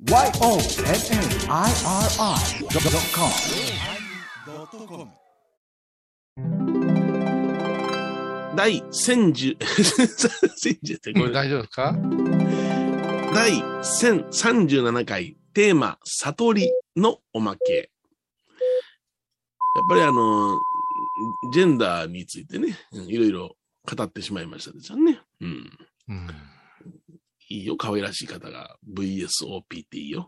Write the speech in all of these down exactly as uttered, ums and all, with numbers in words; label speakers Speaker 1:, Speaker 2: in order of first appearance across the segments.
Speaker 1: ワイオーエヌエヌアイアールアイドットコム
Speaker 2: 第千十、千十ってこれ
Speaker 3: 大丈夫ですか？
Speaker 2: 第千三十七回テーマ、悟りのおまけ。やっぱりあの、ジェンダーについてね、いろいろ語ってしまいましたですよね。うん。
Speaker 3: うん、
Speaker 2: いいよ、可愛らしい方が ブイエスオーピー っていいよ。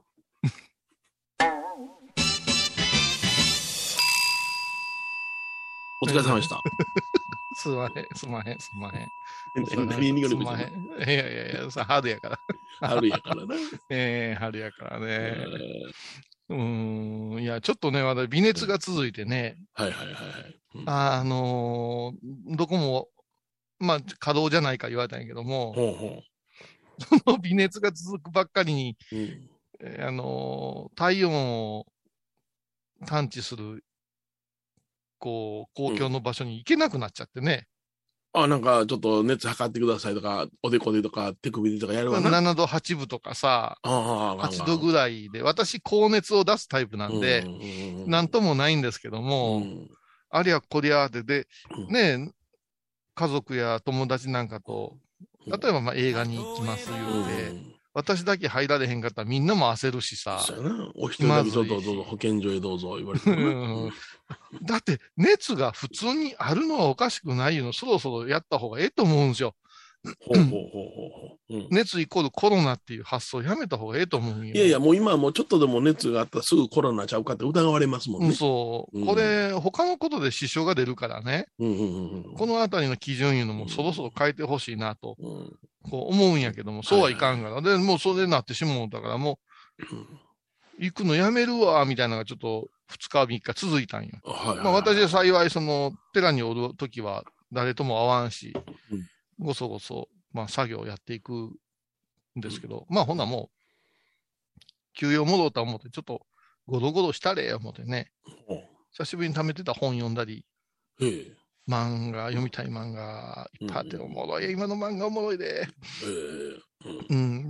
Speaker 2: お疲れ様でした。
Speaker 3: すまへん、すまへん、すまへん。
Speaker 2: 何に
Speaker 3: すまへん。いやいやいや、さ春やから。
Speaker 2: 春やからな。
Speaker 3: ええー、春やからね。うーん、いや、ちょっとね、私、微熱が続いてね。
Speaker 2: はいはいはいはい。
Speaker 3: うん、あ、あのー、どこも、まあ、稼働じゃないか言われたんやけども、
Speaker 2: ほうほう、
Speaker 3: その微熱が続くばっかりに、
Speaker 2: うん、
Speaker 3: えー、あのー、体温を探知する、こう、公共の場所に行けなくなっちゃってね。
Speaker 2: うん、あ、なんか、ちょっと熱測ってくださいとか、おでこでとか、手首でとかやるわな。
Speaker 3: ななどはちぶとかさ、
Speaker 2: あ
Speaker 3: はちどぐらいで、私、高熱を出すタイプなんで、なんともないんですけども、うん、ありゃこりゃで、で、ね、家族や友達なんかと、例えばまあ映画に行きます言うて、うん、私だけ入られへんかったらみんなも焦るしさ。
Speaker 2: そうやな。お一人だけちょっとどうぞ保健所へどうぞ言われてる
Speaker 3: だって熱が普通にあるのはおかしくないの、そろそろやった方がええと思うんですよ。
Speaker 2: ほうほうほうほう、うん、
Speaker 3: 熱イコールコロナっていう発想やめた方がええと思うんよ。
Speaker 2: いやいや、もう今はもうちょっとでも熱があったらすぐコロナちゃうかって疑われますもんね。
Speaker 3: うん、そう。うん、これ、他のことで支障が出るからね。うんうんうん、このあたりの基準いうのもそろそろ変えてほしいなと、うん、こう思うんやけども、そうはいかんから。はいはい、で、もうそれになってしもうだから、もう、行くのやめるわ、みたいなのがちょっとふつかみっか続いたんよ。はいはいはい、まあ私は幸い、その、寺におるときは誰とも会わんし、うん、ごそごそ、まあ作業をやっていくんですけど、うん、まあほんなもう、休養戻った思って、ちょっとゴロゴロしたれ思ってね、うん、久しぶりに貯めてた本読んだり、漫画、読みたい漫画いっぱいあって、おもろい、今の漫画おもろいで、うん、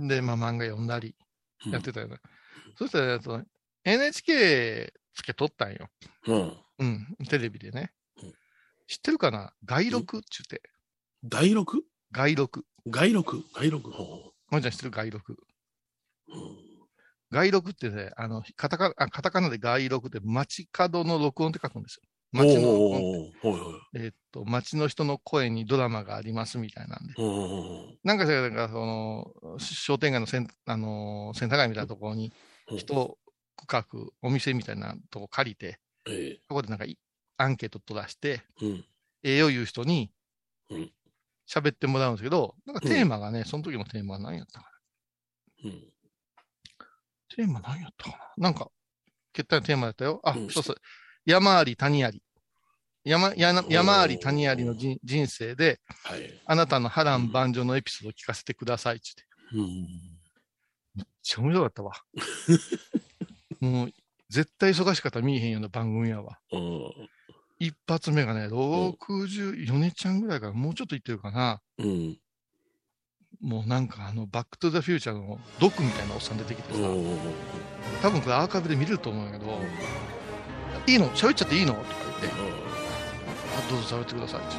Speaker 3: で、まあ漫画読んだりやってたよね。うん、そしたら、エヌエイチケー つけとったんよ。うん。うん、テレビでね。うん、知ってるかな、外録っちゅうて。
Speaker 2: 外録
Speaker 3: 外録。
Speaker 2: 外録外録ほ
Speaker 3: う。もんちゃん知ってる外録。うん、外録ってね、あの、カタカナ、カタカナで外録って街角の録音って書くんですよ。街の録音って。えー、っと、街の人の声にドラマがありますみたいなんで。なんか、なんか、その、商店街のセン、あのー、センター街みたいなところに、人、区画、お店みたいなとこ借りて、えー、そこでなんかアンケート取らして、うん、ええよ言う人に喋ってもらうんですけど、なんかテーマがね、うん、その時のテーマは何やったかな。うん、テーマ何やったかな。なんか、決定のテーマだったよ。あ、うん、そうそう。山あり谷あり。山、山山あり谷ありの人生で、はい、あなたの波乱万丈のエピソードを聞かせてくださいって言って。うん、めっちゃ面白かったわ。もう、絶対忙しかったら見えへんような番組やわ。うん、一発目がね、ろくじゅう、ヨネちゃんぐらいからもうちょっと言ってるかな。うん、もうなんかあの、バックトゥザフューチャーのドクみたいなおっさん出てきてさ、多分これアーカイブで見れると思うんだけど、いいの喋っちゃっていいのとか言って、あ、どうぞ喋ってくださいって。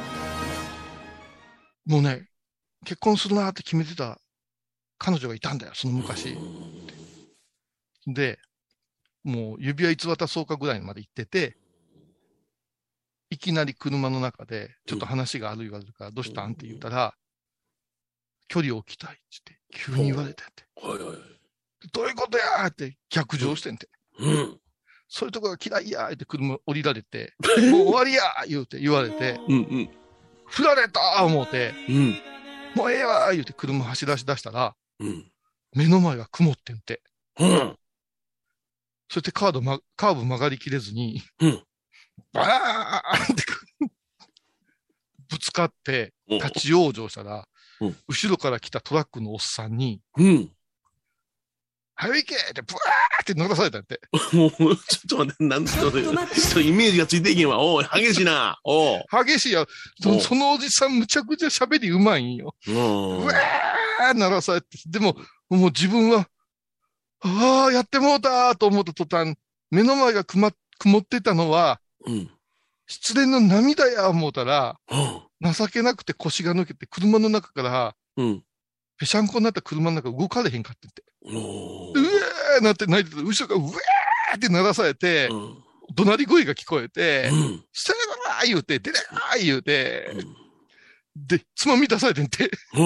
Speaker 3: もうね、結婚するなって決めてた彼女がいたんだよ、その昔。で、もう指輪いつ渡そうかぐらいまで行ってて、いきなり車の中で、ちょっと話がある言われるから、どうしたんって言ったら、距離を置きたいって急に言われてて。はいはい、どういうことやーって逆上してんて。うん、そういうとこが嫌いやーって車降りられて、もう終わりやー言うて言われて、うんうん、振られたー思うて、うん、もうええわー言うて車走らし出したら、うん、目の前が曇ってんて。うん、そしてカード、ま、カーブ曲がりきれずに、うん、バーンってぶつかって立ち往生したら、うん、後ろから来たトラックのおっさんに、うん、早いけーってブワーって乗らされたって。もう、ちょっと待って、なんちょっと、イメージがついていけんわ。おい、激しいな。おう。激しいよ。そ, そのおじさんむちゃくちゃ喋りうまいんよ。うわー鳴らされて。でも、もう自分は、 ああ、やってもうたと思った途端、目の前がくま、曇ってたのは、
Speaker 2: うん。
Speaker 3: 失恋の涙や思うたら、
Speaker 2: は
Speaker 3: 情けなくて腰が抜けて、車の中から、
Speaker 2: あ、うん。
Speaker 3: ぺしゃんこになった車の中動かれへんかってて。
Speaker 2: お
Speaker 3: う
Speaker 2: ー。
Speaker 3: えーなって泣いてて、後ろからうえーって鳴らされて、
Speaker 2: うん。
Speaker 3: 怒鳴り声が聞こえて、
Speaker 2: うん。
Speaker 3: してるなー言うて、出れなー言うて、
Speaker 2: うん。
Speaker 3: で、つまみ出されてんて、
Speaker 2: うん。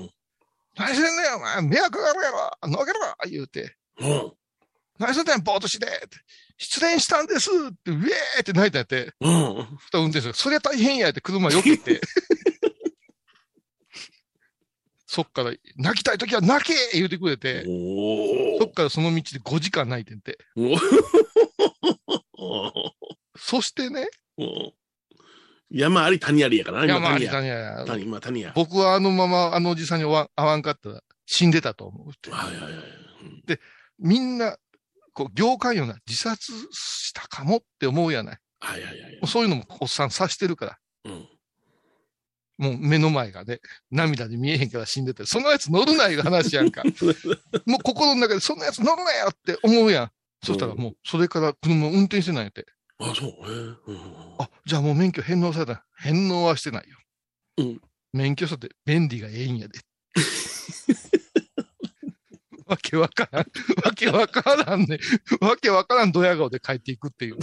Speaker 3: 何してんねんお前、迷惑があるやろのけろ言うて、
Speaker 2: うん
Speaker 3: 何してんねんぼーっとしてって、失恋したんですって、うえーって泣いたんやって、
Speaker 2: うん。
Speaker 3: 運転手が、そりゃ大変やって車避けて、そっから、泣きたいときは泣け言うてくれて、そっ
Speaker 2: お
Speaker 3: からその道でごじかん泣いてんて。
Speaker 2: ー。
Speaker 3: そしてね、
Speaker 2: 山あり谷ありやからね。
Speaker 3: いや、まあ、
Speaker 2: 谷や。
Speaker 3: 谷や
Speaker 2: 谷、まあ谷や。
Speaker 3: 僕はあのままあのおじさんに会わ会わんかったら死んでたと思うって。
Speaker 2: はいはいはい。
Speaker 3: で、みんな、こう、業界ような自殺したかもって思うやない。
Speaker 2: はいはいはい。
Speaker 3: そういうのもおっさん察してるから。
Speaker 2: うん。
Speaker 3: もう目の前がね、涙で見えへんから死んでて、そのやつ乗るないう話やんか。もう心の中でそんなやつ乗るなよって思うやん。そしたらもう、それから車運転してないって。
Speaker 2: あ、そう。へえ。うん。
Speaker 3: あ、じゃあもう免許返納された。返納はしてないよ。
Speaker 2: うん。
Speaker 3: 免許証って便利がええんやで。わけわからん。わけわからんね。わけわからんドヤ顔で帰っていくっていう。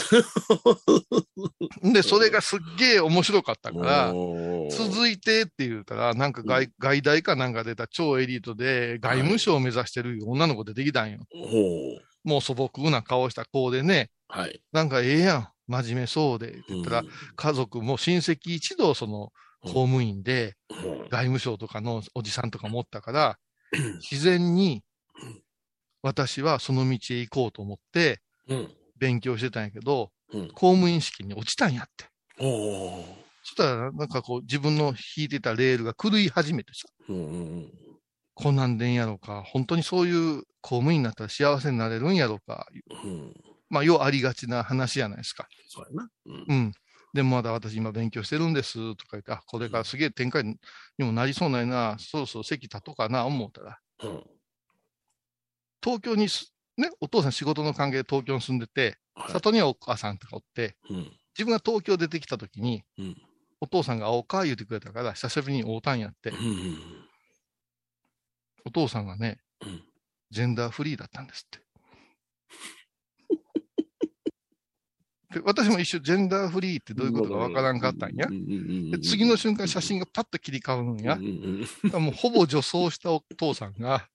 Speaker 3: で、それがすっげえ面白かったから、続いてって言うたら、なんか外、外大かなんか出た超エリートで、外務省を目指してる女の子出てきたんよ。もう素朴な顔した子でね、
Speaker 2: はい。
Speaker 3: なんかええやん。真面目そうで。って言ったら、家族も親戚一同その公務員で、外務省とかのおじさんとか持ったから、自然に私はその道へ行こうと思って勉強してたんやけど、公務員試験に落ちたんやって。そしたら、なんかこう自分の引いてたレールが狂い始めてさ、こんなんでんやろうか、本当にそういう公務員になったら幸せになれるんやろうか、まあ、ようありがちな話じゃないですか。
Speaker 2: そうやな。
Speaker 3: うん。うん、でもまだ私今勉強してるんですとか言って、あ、これからすげえ展開にもなりそうないな、そろそろ席立とうかな、思ったら、うん、東京にね、お父さん仕事の関係で東京に住んでて、はい、里にはお母さんとかおって、うん、自分が東京出てきたときに、うん、お父さんが会おうか言ってくれたから、久しぶりに会うたんやって、うんうん、お父さんがね、うん、ジェンダーフリーだったんですって。で私も一瞬ジェンダーフリーってどういうことかわからんかったんや。で次の瞬間写真がパッと切り替わるんや。もうほぼ女装したお父さんが、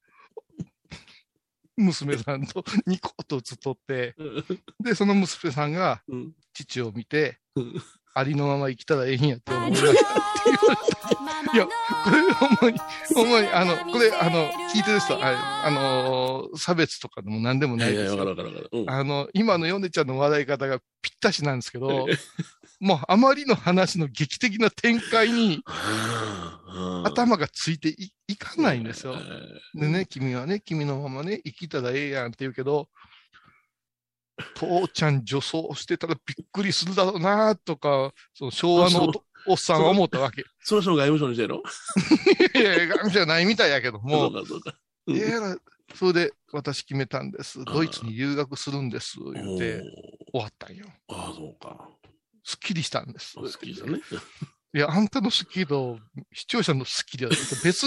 Speaker 3: 娘さんとニコッと写っとって、で、その娘さんが父を見て、ありのまま生きたらええんやって思いましたって言われた。いや、これほんまに、ほんまに、あの、これ、あの、聞いてる人、あ, あのー、差別とかでも何でもないですよ。あの、今のヨネちゃんの笑い方がぴったしなんですけど、もうあまりの話の劇的な展開に、頭がついて い, いかないんですよ。でね、君はね、君のままね、生きたらええやんって言うけど、父ちゃん女装してたらびっくりするだろうなとか、その昭和の お, おっさんは思ったわけ。
Speaker 2: その人が外務省にしてやろ
Speaker 3: いやいや、外務省じゃないみたいやけども、
Speaker 2: そうかそうか、
Speaker 3: うん、いや、それで私決めたんです。ドイツに留学するんです。言って終わったんよ。
Speaker 2: ああ、そうか。
Speaker 3: すっきりしたんです。
Speaker 2: すっきりしたね。
Speaker 3: いや、あんたのスッキリと視聴者のスッキリは別に。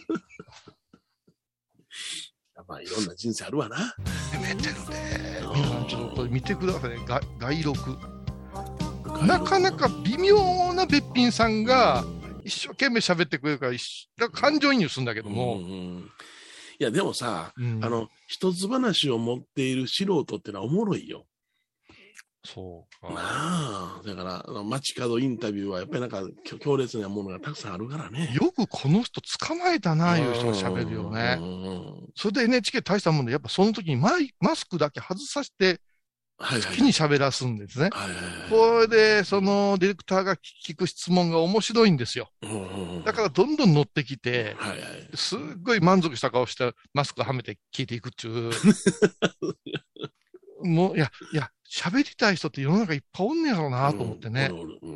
Speaker 2: まあ、いろんな人生あるわな。
Speaker 3: 攻めてるね。皆さん、ちょっとこれ見てくださいね。が外録。なかなか微妙なべっぴんさんが一生懸命喋ってくれるから、だから感情移入するんだけども。うんうん、
Speaker 2: いや、でもさ、うん、あの、一つ話を持っている素人ってのはおもろいよ。
Speaker 3: そうか。
Speaker 2: まあ、だから、あの街角インタビューはやっぱりなんか強烈なものがたくさんあるからね。
Speaker 3: よくこの人捕まえたな、いう人が喋るよね。それで エヌエイチケー 大したもんで、やっぱその時にマイマスクだけ外させて、好きに喋らすんですね。これで、そのディレクターが聞く質問が面白いんですよ。だからどんどん乗ってきて、はいはい、すっごい満足した顔してマスクはめて聞いていくっちゅう。もう、いや、いや、喋りたい人って世の中いっぱいおんねやろうなと思ってね。うん、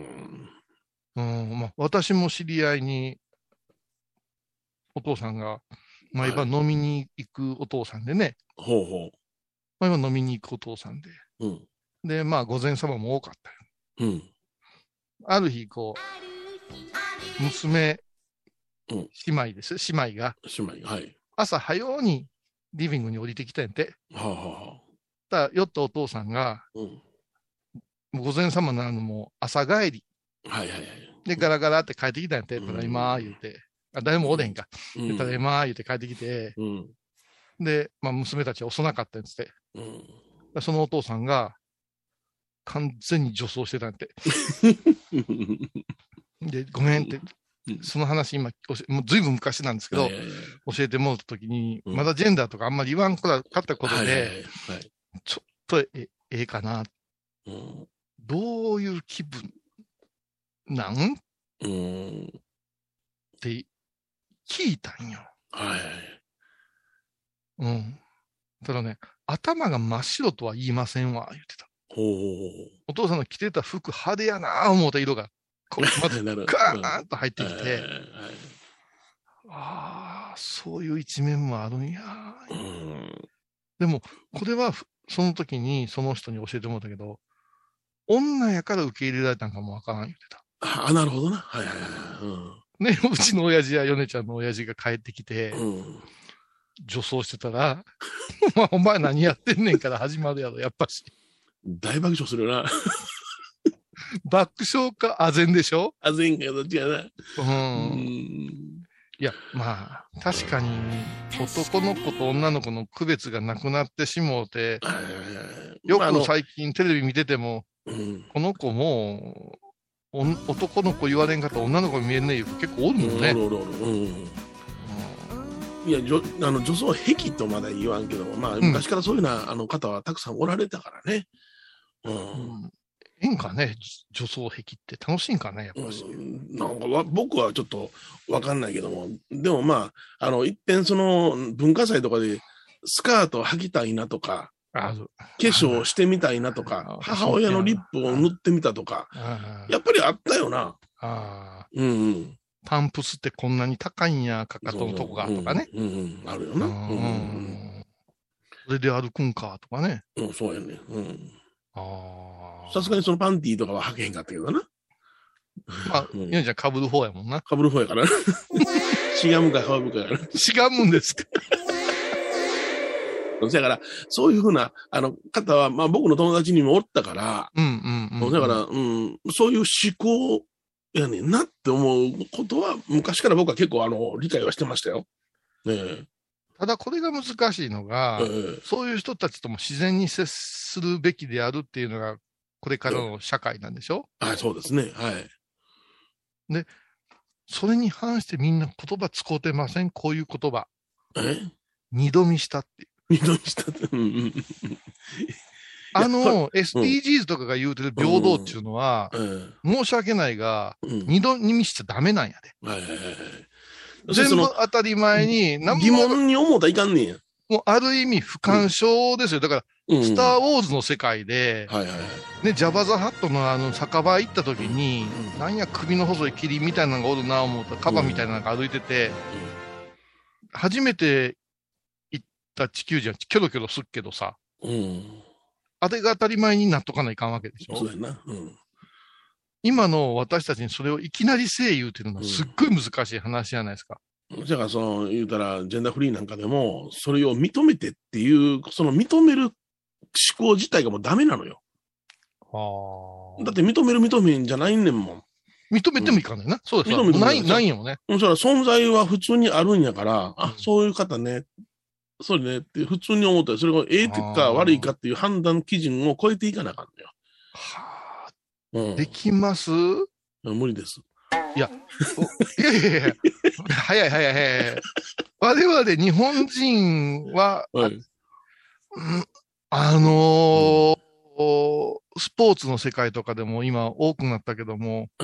Speaker 3: うん、まあ、私も知り合いに、お父さんが毎晩飲みに行くお父さんでね。
Speaker 2: ほうほう。
Speaker 3: 毎晩飲みに行くお父さんで。
Speaker 2: うん。
Speaker 3: で、まあ、御前様も多かったよ。
Speaker 2: うん。
Speaker 3: ある日、こう、娘、
Speaker 2: うん、
Speaker 3: 姉妹です。姉妹が。
Speaker 2: 姉妹、はい。
Speaker 3: 朝早うにリビングに降りてきたんやて。
Speaker 2: はあ、はあはあ、
Speaker 3: だ酔ったお父さんが、うん、御前様なのも朝帰り。
Speaker 2: はいはいはい。
Speaker 3: で、ガラガラって帰ってきたんやて。ただいまー言うて。あ、誰もおれへんか。うん、でただいまー言うて帰ってきて。うん、で、まあ、娘たちは遅なかったんつって。うん、そのお父さんが、完全に女装してたんやて。で、ごめんって。その話今、もうずいぶん昔なんですけど、はいはいはい、教えてもらったときに、うん、まだジェンダーとかあんまり言わんかったことで、はいはいはい、ちょっとえええかな、うん。どういう気分なん、うん、って聞いたんよ。はい。うん。ただね、頭が真っ白とは言いませんわ、言ってた。ほうお父さんの着てた服派手やなぁ思った色が。こまずガーンと入ってきて、ああ、そういう一面もあるんや。うん、でも、これはその時にその人に教えてもらったけど、女やから受け入れられたんかもわからん言ってた。
Speaker 2: ああ、なるほどな。はいはいはい。
Speaker 3: うん、ね、うちの親父やヨネちゃんの親父が帰ってきて、うん、女装してたら、お前何やってんねんから始まるやろ、やっぱし。
Speaker 2: 大爆笑するよな。
Speaker 3: 爆笑か、あぜんでしょ？
Speaker 2: あぜんかどっちやな。
Speaker 3: うん。うんいや、まあ、確かに、男の子と女の子の区別がなくなってしもうて、よく最近テレビ見てても、うん、この子もう、男の子言われんかったら女の子に見えんねえいう子結構おるもんね。おるおるおる。うん。
Speaker 2: いや、女、あの、女装癖とまだ言わんけど、まあ、昔からそういうような、あの方はたくさんおられたからね。うん。うんいいんかね、女装癖って楽しいんかね、やっぱし。うん、なんかわ僕はちょっとわかんないけども、でもまあ、あの、一遍その文化祭とかでスカート履きたいなとか、化粧してみたいなとか、母親のリップを塗ってみたとか、やっぱりあったよな。あうんうん、
Speaker 3: パンプスってこんなに高いんや、かかとのとこがとかね。
Speaker 2: うんうん、あるよな。うんうん、
Speaker 3: それで歩くんかとかね。
Speaker 2: うん、そうやね。うんさすがにそのパンティーとかは履けへんかったけどな。
Speaker 3: まあ、ゆうちゃんかぶる方やもんな。
Speaker 2: かぶる方やからな。しがむかかぶるかやから。
Speaker 3: しがむんですか。
Speaker 2: だから、そういうふうな、あの、方は、まあ僕の友達にもおったから、うんうんうん、うん。だから、うん、そういう思考やねんなって思うことは、昔から僕は結構あの、理解はしてましたよ。ねえ。
Speaker 3: ただこれが難しいのが、えー、そういう人たちとも自然に接するべきであるっていうのが、これからの社会なんでしょ？
Speaker 2: はい、そうですね。はい。
Speaker 3: で、それに反してみんな言葉使うてません？こういう言葉。
Speaker 2: え
Speaker 3: 二度見したっていう。
Speaker 2: 二度見したって。
Speaker 3: あの、エスディージーズ とかが言うてる平等っていうのは、うんうん、申し訳ないが、うん、二度見しちゃダメなんやで。はいはいはい。全部当たり前に、
Speaker 2: 疑問に思うたらいかんねんや。
Speaker 3: もうある意味不干渉ですよ。だから、うん、スター・ウォーズの世界で、はいはいはい、ね、ジャバザ・ハットのあの酒場行った時に、うん、なんや首の細い霧みたいなのがおるな思ったら、カバみたいなのが歩いてて、うん、初めて行った地球人はキョロキョロすっけどさ、うん、あれが当たり前になっとかないかんわけでしょ。
Speaker 2: そうやな。うん
Speaker 3: 今の私たちにそれをいきなりせい言うてるのはすっごい難しい話じゃないですか。
Speaker 2: だからその言うたらジェンダーフリーなんかでもそれを認めてっていうその認める思考自体がもうダメなのよ。はあ。だって認める認めんじゃないねんもん。
Speaker 3: 認めてもいかないな。うん、そうです。認めてもない、ないよね。
Speaker 2: うん、それは存在は普通にあるんやから、うん、あ、そういう方ね、それねって普通に思ったらそれがええか悪いかっていう判断基準を超えていかなあかんのよ。はあ。
Speaker 3: うん、できます？
Speaker 2: 無理です。
Speaker 3: いや、いやいやいや、早い早い早い。我々日本人は、はい、あのーうん、スポーツの世界とかでも今多くなったけども、うん、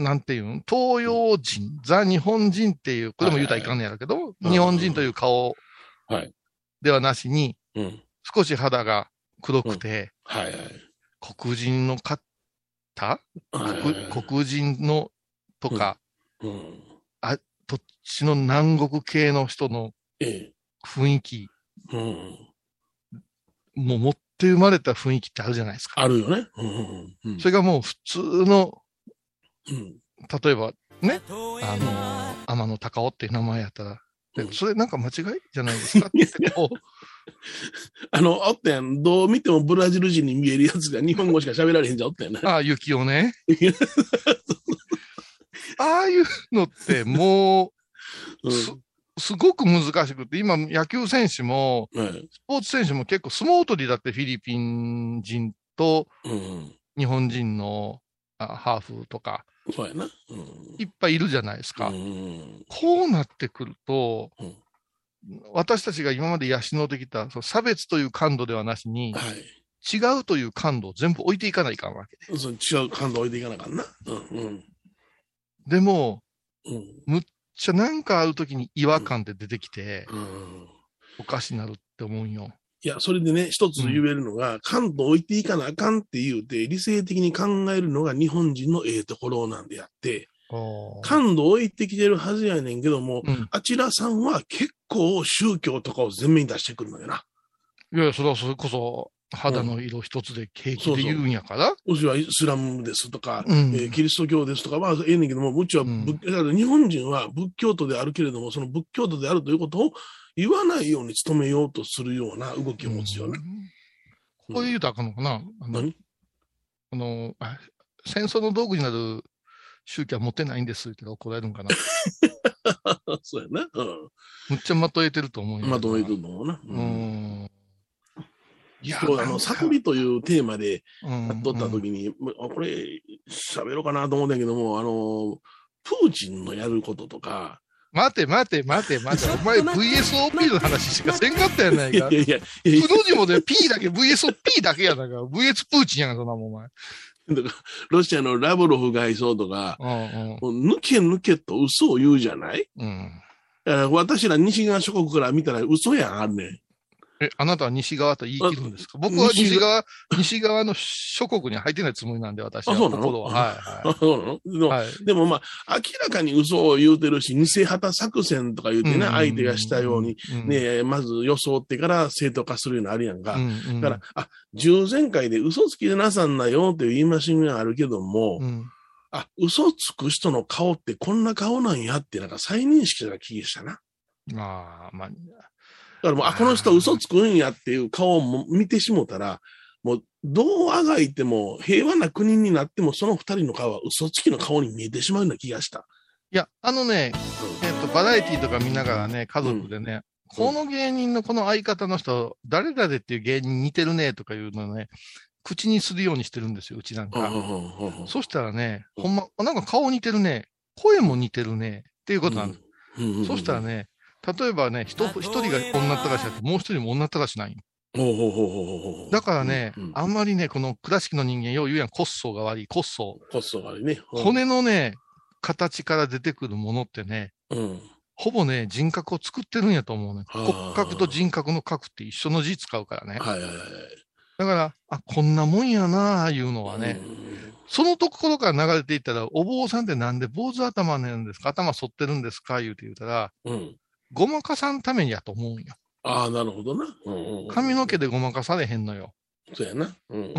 Speaker 3: なんていうん東洋人、うん、ザ日本人っていう、これも言うたらいかんねやろけど、はいはいはい、日本人という顔ではなしに、うん、少し肌が黒くて、うんはいはい黒人の方、はいはいはい、黒人のとか、うんうん、あ土地の南国系の人の
Speaker 2: ええ。
Speaker 3: 雰囲気、
Speaker 2: うん。
Speaker 3: もう持って生まれた雰囲気ってあるじゃないですか。
Speaker 2: あるよね。うんうんうん。
Speaker 3: それがもう普通の、
Speaker 2: うん。
Speaker 3: 例えばね、あの、天野高尾っていう名前やったら、
Speaker 2: うん
Speaker 3: それなんか間違いじゃないですかってこう、
Speaker 2: あの、おったやん。どう見てもブラジル人に見えるやつが日本語しか喋られへんじゃん、おったやんな。
Speaker 3: ああ、雪をね。ああいうのってもう、す、すごく難しくて、今野球選手も、
Speaker 2: うん。はい。
Speaker 3: スポーツ選手も結構相撲取りだってフィリピン人と
Speaker 2: うんうん。
Speaker 3: 日本人のあハーフとか
Speaker 2: そうやな。うん。
Speaker 3: いっぱいいるじゃないです
Speaker 2: う
Speaker 3: か。
Speaker 2: ん。
Speaker 3: こうなってくると、
Speaker 2: うん
Speaker 3: 私たちが今まで養ってきたその差別という感度ではなしに、
Speaker 2: はい。
Speaker 3: 違うという感度を全部置いていかないかんわけで。
Speaker 2: その違う感度置いていかなあかんな。うんうん。
Speaker 3: でも、
Speaker 2: うん。
Speaker 3: むっちゃなんかあるときに違和感って出てきて、
Speaker 2: うん。
Speaker 3: おかしになるって思うんよ。
Speaker 2: いや、それでね、一つ言えるのが、感度置いていかなあかんって言うて、理性的に考えるのが日本人のええところなんであって、感度置いてきてるはずやねんけども、
Speaker 3: うん、
Speaker 2: あちらさんは結構宗教とかを前面に出してくるのよな。
Speaker 3: いや、それはそれこそ肌の色一つで平気で言うんやから。
Speaker 2: うちはイスラムですとか、
Speaker 3: うん
Speaker 2: えーキリスト教ですとか、まあええねんけども、うちは仏、うん、だから日本人は仏教徒であるけれども、その仏教徒であるということを言わないように努めようとするような動きを持つよね。
Speaker 3: うん、こういうとあかんのかな、あの、
Speaker 2: 何
Speaker 3: あのあ戦争の道具になる宗教は持ってないんですって怒られるんかな。
Speaker 2: そうやな。うん。
Speaker 3: むっちゃまとえてると思うんやけど。
Speaker 2: まとえてると思うな。
Speaker 3: うん。うん
Speaker 2: いや、あの、悟りというテーマでやっとった時に、うんうん、これ、喋ろうかなと思ったんやけども、あの、プーチンのやることとか、
Speaker 3: 待て待て待て待て、お前 ブイエスオーピー の話しかせんかったやないか。
Speaker 2: いやいやいや。
Speaker 3: くの字もで P だけ、ブイエスオーピー だけやなか。ブイエス プーチンやんか、そんなもんお前。
Speaker 2: ロシアのラブロフ外相とか、うんうん、もう抜け抜けと嘘を言うじゃない、うん、私ら西側諸国から見たら嘘やん、あんねん。
Speaker 3: え、あなたは西側と言い切るんですか？僕は西側、西側の諸国に入ってないつもりなんで、私は。
Speaker 2: あ、そうなの？
Speaker 3: はいはい。
Speaker 2: そうなの？でも、はい、でもまあ、明らかに嘘を言うてるし、偽旗作戦とか言うてね、相手がしたように、ね、まず装ってから正当化するようなあるやんか。うんうん、だから、あ、従前回で嘘つきでなさんなよという言い回しがあるけども、うん、あ、嘘つく人の顔ってこんな顔なんやって、なんか再認識が気がしたな。
Speaker 3: まあ、まあ、
Speaker 2: だからもう、あ、この人嘘つくんやっていう顔を見てしもたら、もう、どうあがいても、平和な国になっても、その二人の顔は嘘つきの顔に見えてしまうような気がした。
Speaker 3: いや、あのね、うん、えっと、バラエティとか見ながらね、家族でね、うん、この芸人のこの相方の人、誰々っていう芸人似てるねとかいうのをね、口にするようにしてるんですよ、うちなんか。そしたらね、ほんま、なんか顔似てるね、声も似てるね、っていうことなんです。うんうんうんうん、そしたらね、例えばね、人、一人が女ったらしだって、もう一人も女ったらしないよ。だからね、うんうん、あんまりね、この倉敷の人間、よう言うやん、骨粗が悪い、骨粗。
Speaker 2: 骨粗が悪いね。
Speaker 3: うん、骨のね、形から出てくるものってね、うん、ほぼね、人格を作ってるんやと思うね。骨格と人格の格って一緒の字使うからね。はいはいはい。だから、あ、こんなもんやなあいうのはね、そのところから流れていったら、お坊さんってなんで坊主頭なんですか？頭反ってるんですか？言うて言うたら、うんごまかさんためにやと思うんよ。
Speaker 2: ああ、なるほどな、
Speaker 3: うんうんうん。髪の毛でごまかされへんのよ。
Speaker 2: そうやな。
Speaker 3: うん。うん、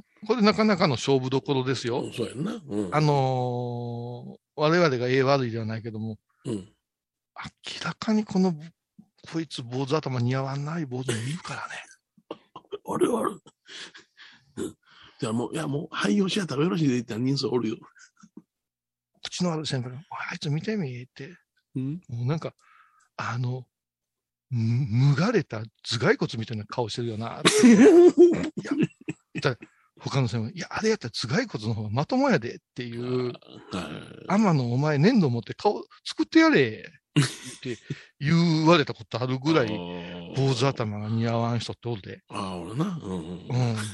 Speaker 3: これなかなかの勝負どころですよ。
Speaker 2: うん、そうやな。うん、
Speaker 3: あのー、我々がええ悪いではないけども、うん、明らかにこの、こいつ坊主頭似合わない坊主もいるからね。
Speaker 2: あれある。じゃあもう、いやもう、廃業しやったらよろしいで言ったら人数おるよ。
Speaker 3: 口のある先輩が、あいつ見てみって。うん、もうなんか、あの、むがれた頭蓋骨みたいな顔してるよなって。いや、他の先輩、いや、あれやったら頭蓋骨の方がまともやでっていう、天野お前粘土持って顔作ってやれって言われたことあるぐらい、坊主頭が似合わん人っておるで。
Speaker 2: ああ、俺な。うん。うん、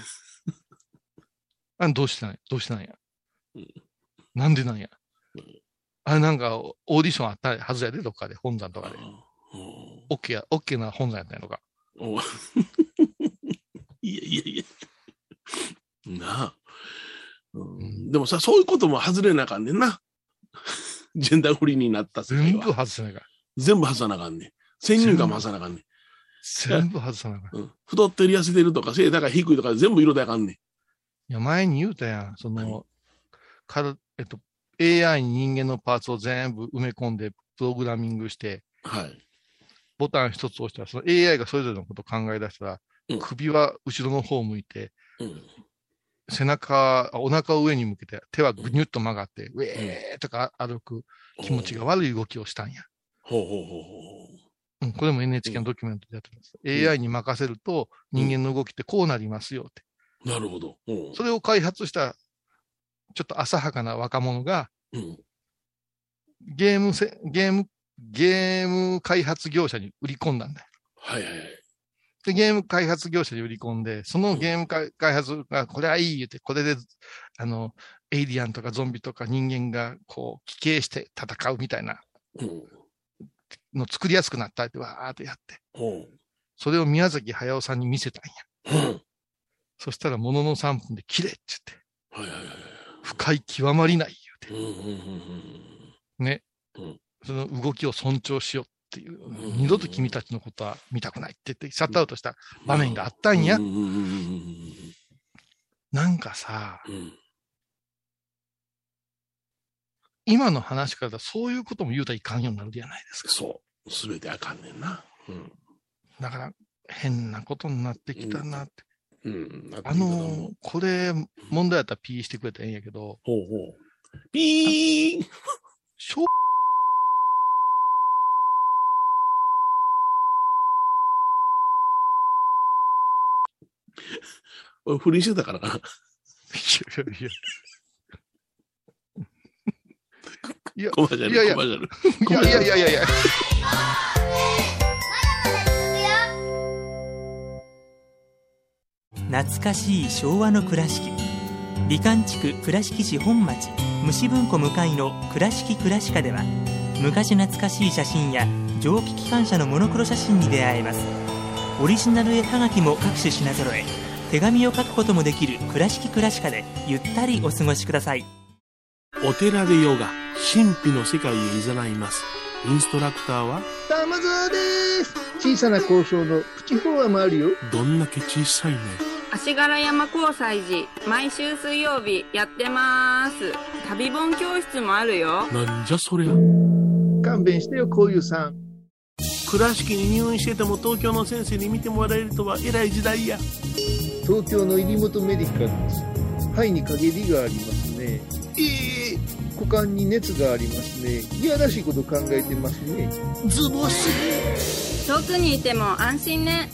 Speaker 3: あどうしてないどうしてなんや、うん、なんでなんや、うん、あれなんかオーディションあったはずやで、どっかで、本山とかで。オッケーや、オッケーな本山やったんやのか。
Speaker 2: いやいやいや。なあ、うんうん。でもさ、そういうことも外れなあかんねんな。 ジェンダーフリーになった世界は。
Speaker 3: 全部外さないから。
Speaker 2: 全部外さなあかんねん。先入観も外さなあかんねん。
Speaker 3: 全部外さないから。
Speaker 2: うん。太ってる痩せてるとか、背高い低いとか全部色であかんねん。
Speaker 3: いや、前に言うたやん。その、から、えっと、エーアイ に人間のパーツを全部埋め込んで、プログラミングして、
Speaker 2: はい。
Speaker 3: ボタン一つ押したら、その エーアイ がそれぞれのことを考え出したら、うん、首は後ろの方を向いて、うん、背中、お腹を上に向けて、手はぐにゅっと曲がって、うん、ウェーとか歩く気持ちが悪い動きをしたんや。
Speaker 2: ほうほうほうほう。
Speaker 3: うん、これも エヌエイチケー のドキュメントでやってます。うん、エーアイ に任せると人間の動きってこうなりますよって。
Speaker 2: うん、なるほど。うん、
Speaker 3: それを開発したちょっと浅はかな若者が、うん、ゲームせ、ゲーム、ゲーム開発業者に売り込んだんだよ。
Speaker 2: はいはいはい。
Speaker 3: で、ゲーム開発業者に売り込んで、そのゲーム開発が、これはいい言って、これで、あの、エイリアンとかゾンビとか人間が、こう、帰形して戦うみたいな、の作りやすくなったって、わーってやって。うん、それを宮崎駿さんに見せたんや。うん、そしたら、もののさんぷんで綺麗って言って。はいはいはい。不快極まりない言うて。うんうんうんうん、ね、うん。その動きを尊重しようっていう、うんうんうん。二度と君たちのことは見たくないって言って、シャットアウトした場面があったんや。うんうんうんうん、なんかさ、うん、今の話からそういうことも言うたらいかんようになるじゃないですか。
Speaker 2: そう。すべてあかんねんな。うん、だ
Speaker 3: から、変なことになってきたなって。
Speaker 2: うんうん、
Speaker 3: あのー、これ、問題やったらピーしてくれたらいいんやけど。
Speaker 2: ほうほう。ピー
Speaker 3: しょ
Speaker 2: 俺、不倫してたからな。いや
Speaker 3: いやいや。
Speaker 2: コマーシャル、
Speaker 3: いやいや
Speaker 2: コマーシャル。
Speaker 3: いやいやいやいやいや。
Speaker 4: 懐かしい昭和の倉敷、美観地区倉敷市本町虫文庫向かいの倉敷倉歯科では、昔懐かしい写真や蒸気機関車のモノクロ写真に出会えます。オリジナル絵はがきも各種品揃え、手紙を書くこともできる倉敷倉歯科でゆったりお過ごしください。
Speaker 2: お寺でヨガ、神秘の世界へ誘います。インストラクターは
Speaker 5: 玉沢です。小さな交渉のプチフォアもあるよ。
Speaker 2: どんだけ小さいね。
Speaker 6: 足柄山交際時、毎週水曜日やってます。旅本教室もあるよ。
Speaker 2: なんじゃそりゃ。
Speaker 5: 勘弁してよ、こういうさん。
Speaker 2: 倉敷に入院してても東京の先生に見てもらえるとは偉い時代や。
Speaker 5: 東京の入本メディカルです。肺に陰りがありますね。ええー、股間に熱がありますね。いやらしいこと考えてますね。
Speaker 2: ズボス。
Speaker 6: 遠くにいても安心ね。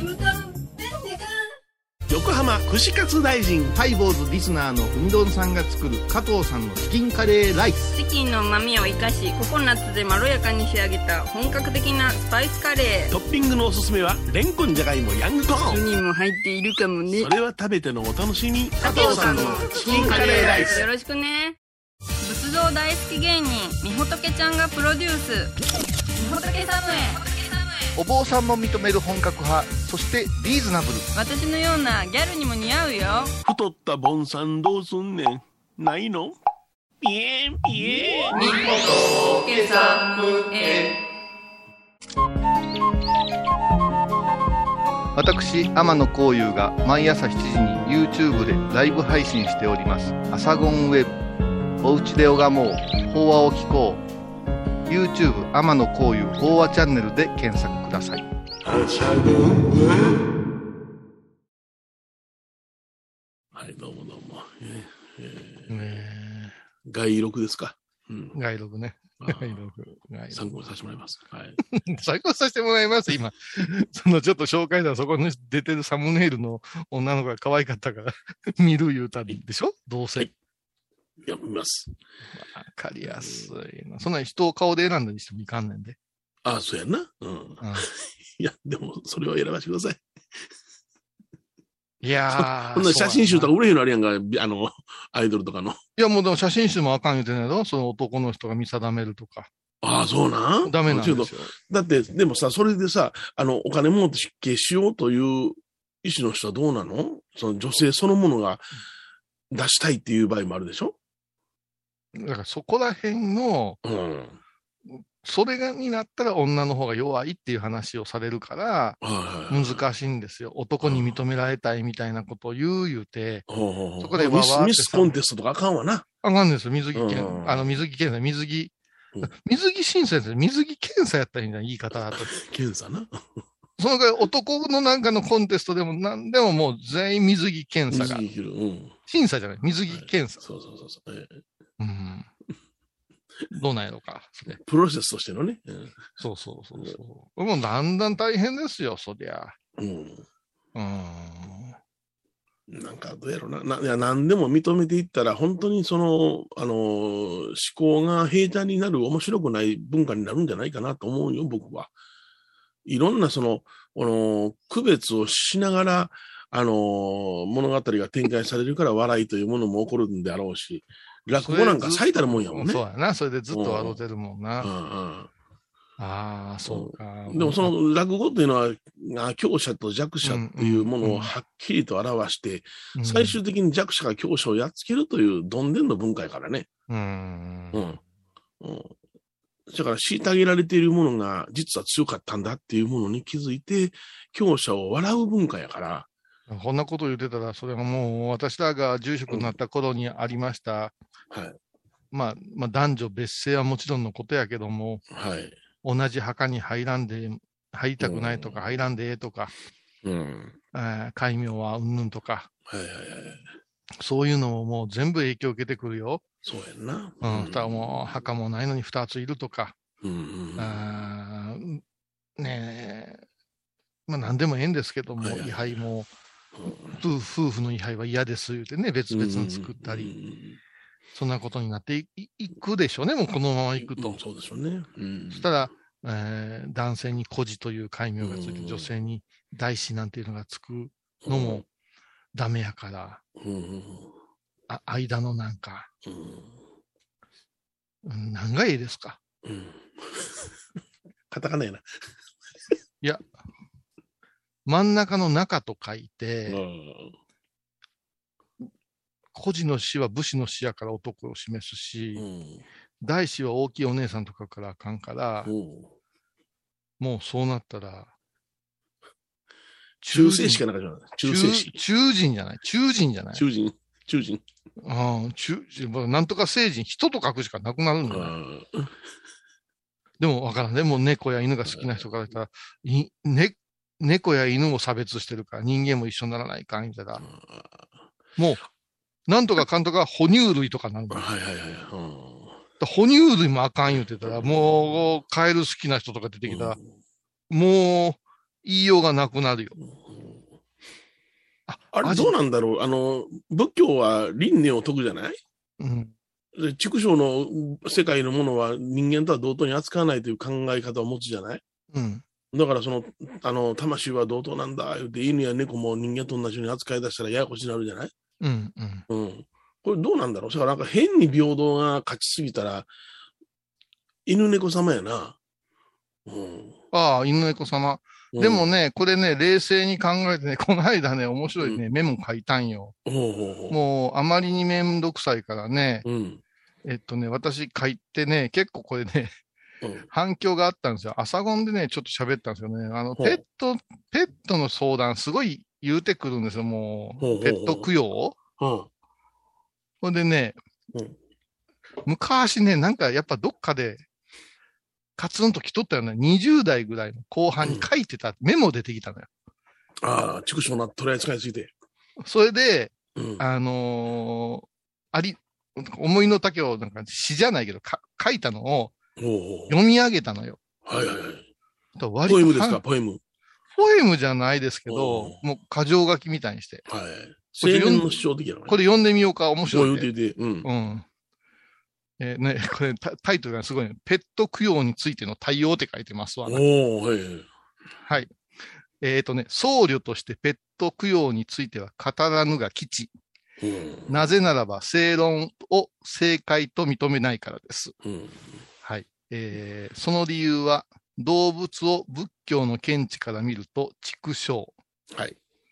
Speaker 2: 横浜串カツ大臣
Speaker 5: ハイボーズリスナーのうみどんさんが作る加藤さんのチキンカレーライス。
Speaker 6: チキンの旨味を生かし、ココナッツでまろやかに仕上げた本格的なスパイスカレー。
Speaker 2: トッピングのおすすめはレンコン、じゃがいも、ヤングコーン。
Speaker 6: いちにんも入っているかもね。
Speaker 2: それは食べてのお楽しみ。
Speaker 6: 加藤さんのチキンカレーライス、よろしくね。仏像大好き芸人みほとけちゃんがプロデュース、みほとけサムエ。
Speaker 5: お坊さんも認める本格派、そしてリーズナブル。
Speaker 6: 私のようなギャルにも似合うよ。
Speaker 2: 太ったボンさんどうすんねん。ないの？ピエンピエン。みほとけサムエ。
Speaker 3: 私天野幸雄が毎朝しちじに YouTube でライブ配信しております。アサゴンウェブ。おうちで拝もう、法話を聞こう。YouTube 天野幸雄法話チャンネルで検索ください。
Speaker 2: はい、どうもどうも。えー
Speaker 3: ね、
Speaker 2: 外録ですか。
Speaker 3: うん、外録ね。外録。
Speaker 2: 参考にさせてもらいます。はい。
Speaker 3: 参考にさせてもらいます、今。そのちょっと紹介だ、そこに出てるサムネイルの女の子が可愛かったから見る言うたんでしょ、どうせ。はい、
Speaker 2: いや、見ます。
Speaker 3: わかりやすいな。そんなに人を顔で選んだりしてもいかんねんで。
Speaker 2: ああ、そうやんな。うん。うん、いや、でも、それは選ばせてください。
Speaker 3: いやー。
Speaker 2: そんな写真集とか売れへんのあるやんか、あの、アイドルとかの。
Speaker 3: いや、もうでも写真集もあかん言うてないの、その男の人が見定めるとか。
Speaker 2: ああ、そうなん
Speaker 3: ダメなんですよ。
Speaker 2: だって、でもさ、それでさ、あの、お金もって消しようという意思の人はどうなの？その女性そのものが出したいっていう場合もあるでしょ？
Speaker 3: だからそこら辺の、
Speaker 2: うん。
Speaker 3: それがになったら女の方が弱いっていう話をされるから、難しいんですよ。男に認められたいみたいなことを言う言うて、そこで
Speaker 2: ミス、ミスコンテストとかあかんわな。
Speaker 3: あかんですよ、水着検査。あの、水着検査、水着、水着審査ですよ。水着検査やったらいいんだ、言い方だと。
Speaker 2: 検査な。
Speaker 3: そのぐらい男のなんかのコンテストでも何でももう全員水着検査が。
Speaker 2: 水着うん、審
Speaker 3: 査じゃない、水着検査。
Speaker 2: そうそうそうそう。えー
Speaker 3: うんどうなんやろか。
Speaker 2: プロセスとしてのね。
Speaker 3: うん、そうそうそうそう。もうだんだん大変ですよ、そりゃ。うん。
Speaker 2: うん。なんかどうやろうな。な、いや、何でも認めていったら、本当にその、あの、思考が平坦になる面白くない文化になるんじゃないかなと思うよ、僕は。いろんなその、この、区別をしながら、あの、物語が展開されるから笑いというものも起こるんであろうし、落語なんか最たるもんやもんね。
Speaker 3: そうやな。それでずっと笑ってるもんな。うんうん、ああ、そうか。
Speaker 2: でもその落語っていうのは、強者と弱者っていうものをはっきりと表して、うんうん、最終的に弱者が強者をやっつけるというどんでんの文化やからね。うん。うん。うん、だから虐げられているものが実は強かったんだっていうものに気づいて、強者を笑う文化やから。
Speaker 3: こんなこと言ってたら、それがもう私らが住職になった頃にありました。うん、はい。まあ、まあ、男女別姓はもちろんのことやけども、はい。同じ墓に入らんで、入りたくないとか、うん、入らんでええとか、うん。えー、戒名はうんぬんとか、はいはいはい。そういうのももう全部影響を受けてくるよ。
Speaker 2: そうやんな。
Speaker 3: うん。うん、だもう墓もないのに二ついるとか、うんうんうん、あねえ、まあ何でもええんですけども、はいはいはい、位牌も、夫婦の位牌は嫌です言うてね、別々に作ったり、そんなことになってい、いくでしょうね、もうこのままいくと。
Speaker 2: うん、そうでしょうね。うん、
Speaker 3: そしたら、えー、男性に孤児という戒名がついて、うん、女性に大師なんていうのがつくのもダメやから、うん、あ間のなんか、うん、何がいいですか、うん、
Speaker 2: カタカナやな。
Speaker 3: いや、真ん中の中と書いて、うん、孤児の死は武士の死やから男を示すし、うん、大師は大きいお姉さんとかからあかんから、うん、もうそうなったら、
Speaker 2: 中世史かなんかじゃない中世史。
Speaker 3: 中人じゃない中人じゃない
Speaker 2: 中人。中人。
Speaker 3: ああ、中人。なんとか聖人、人と書くしかなくなるんだよ。でもわからんね。もう猫や犬が好きな人から言ったら、いね、猫や犬を差別してるから人間も一緒にならないかんみたいな。もう、なんとかかんとか哺乳類とかなんだよ。はいはいはい。哺乳類もあかん言うてたら、もう、カエル好きな人とか出てきたら、もう、言いようがなくなるよ。
Speaker 2: あ、あれどうなんだろうあの、仏教は輪廻を説くじゃないうん。畜生の世界のものは人間とは同等に扱わないという考え方を持つじゃないうん。だからその、あの、魂は同等なんだ言うて、犬や猫も人間と同じように扱い出したらややこしになるじゃないうんうん。うん。これどうなんだろうだからなんか変に平等が勝ちすぎたら、犬猫様やな。
Speaker 3: うん、ああ、犬猫様。うん、でもね、これね、冷静に考えてね、この間ね、面白いね、うん、メモ書いたんよ。うん、もう、あまりにめんどくさいからね。うん、えっとね、私書いてね、結構これね、うん、反響があったんですよ。朝ゴンでね、ちょっと喋ったんですよね。あの、ペット、ペットの相談、すごい言うてくるんですよ、もう。ペット供養。ほんでね、うん、昔ね、なんかやっぱどっかで、カツンと来とったよね。にじゅう代ぐらいの後半に書いてたメモ出てきたのよ。
Speaker 2: うん、ああ、畜生な取り扱いについて。
Speaker 3: それで、うん、あのー、あり、思いの丈をなんか詩じゃないけどか書いたのを読み上げたのよ。
Speaker 2: はいはいはい。割ポエムですか、ポエム。
Speaker 3: ポエムじゃないですけど、もう箇条書きみたいにして。はい。
Speaker 2: 青年の主張的なのね。
Speaker 3: これ読んでみようか、面白い、ね。
Speaker 2: こう言うてて、うん。うん。
Speaker 3: えー、ね、これタイトルがすごい、ね、ペット供養についての対応って書いてますわ、ね。おはい。はい。えっ、ー、とね、僧侶としてペット供養については語らぬが吉。うん、なぜならば正論を正解と認めないからです。うん、はい。えー、その理由は動物を仏教の見地から見ると畜生。はい。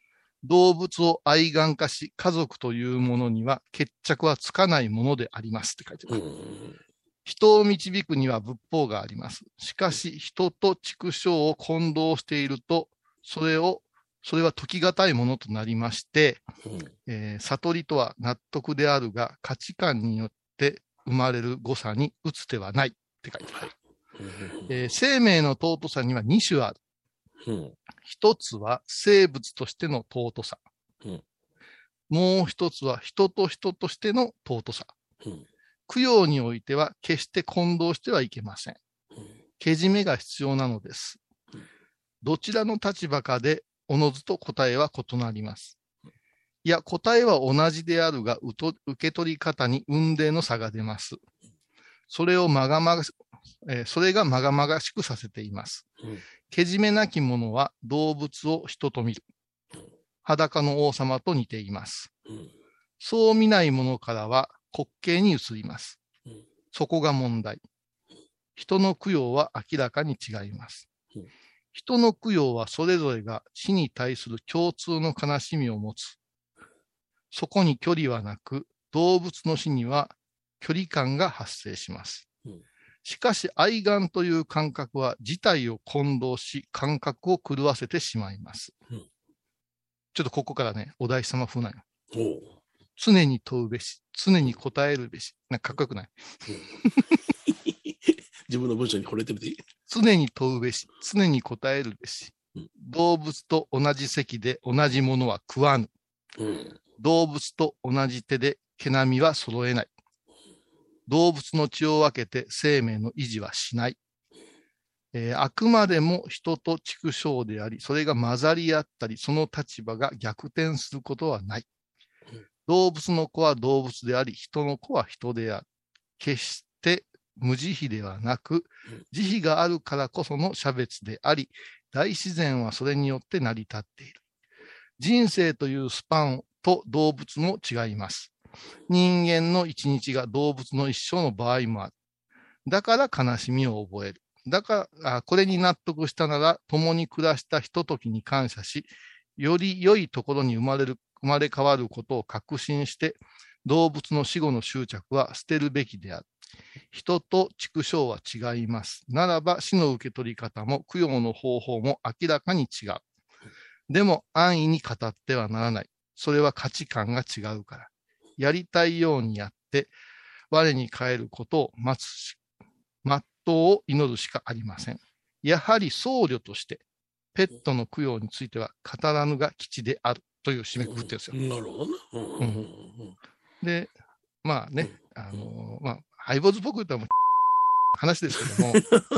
Speaker 3: 動物を愛玩化し、家族というものには決着はつかないものでありますって書いてある。人を導くには仏法があります。しかし、人と畜生を混同していると、それを、それは解き難いものとなりまして、えー、悟りとは納得であるが、価値観によって生まれる誤差に打つ手はないって書いてある。えー、生命の尊さにはに種ある。一つは生物としての尊さ。もう一つは人と人としての尊さ。供養においては決して混同してはいけません。けじめが必要なのです。どちらの立場かでおのずと答えは異なります。いや、答えは同じであるが、うと受け取り方に雲泥の差が出ます。それをまがまが、えー、それがまがまがしくさせています。うん、けじめなき者は動物を人と見る。裸の王様と似ています。うん、そう見ない者からは滑稽に移ります。うん、そこが問題。人の供養は明らかに違います。うん、人の供養はそれぞれが死に対する共通の悲しみを持つ。そこに距離はなく、動物の死には距離感が発生します。うん、しかし、愛玩という感覚は自体を混同し、感覚を狂わせてしまいます。うん、ちょっとここからね、お大師様風なの。常に問うべし、常に答えるべし。なんかかっこよくない、うん、
Speaker 2: 自分の文章に惚れてるでいい。
Speaker 3: 常に問うべし、常に答えるべし。うん、動物と同じ席で同じものは食わぬ。うん、動物と同じ手で毛並みは揃えない。動物の血を分けて生命の維持はしない。えー、あくまでも人と畜生であり、それが混ざり合ったり、その立場が逆転することはない。動物の子は動物であり、人の子は人である。決して無慈悲ではなく、慈悲があるからこその差別であり、大自然はそれによって成り立っている。人生というスパンと動物も違います。人間の一日が動物の一生の場合もある。だから悲しみを覚える。だから、これに納得したなら、共に暮らしたひとときに感謝し、より良いところに生まれる、生まれ変わることを確信して、動物の死後の執着は捨てるべきである。人と畜生は違います。ならば死の受け取り方も供養の方法も明らかに違う。でも安易に語ってはならない。それは価値観が違うから。やりたいようにやって、我に返ることを待つし、全うを祈るしかありません。やはり僧侶として、ペットの供養については語らぬが吉であるという締めくくってるんですよ。
Speaker 2: なるほどね。うん、
Speaker 3: で、まあね、あのー、まあ、ハイボーズっぽく言ったらもう話ですけども。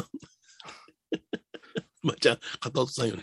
Speaker 2: まあ、じゃあ、片落さんよね。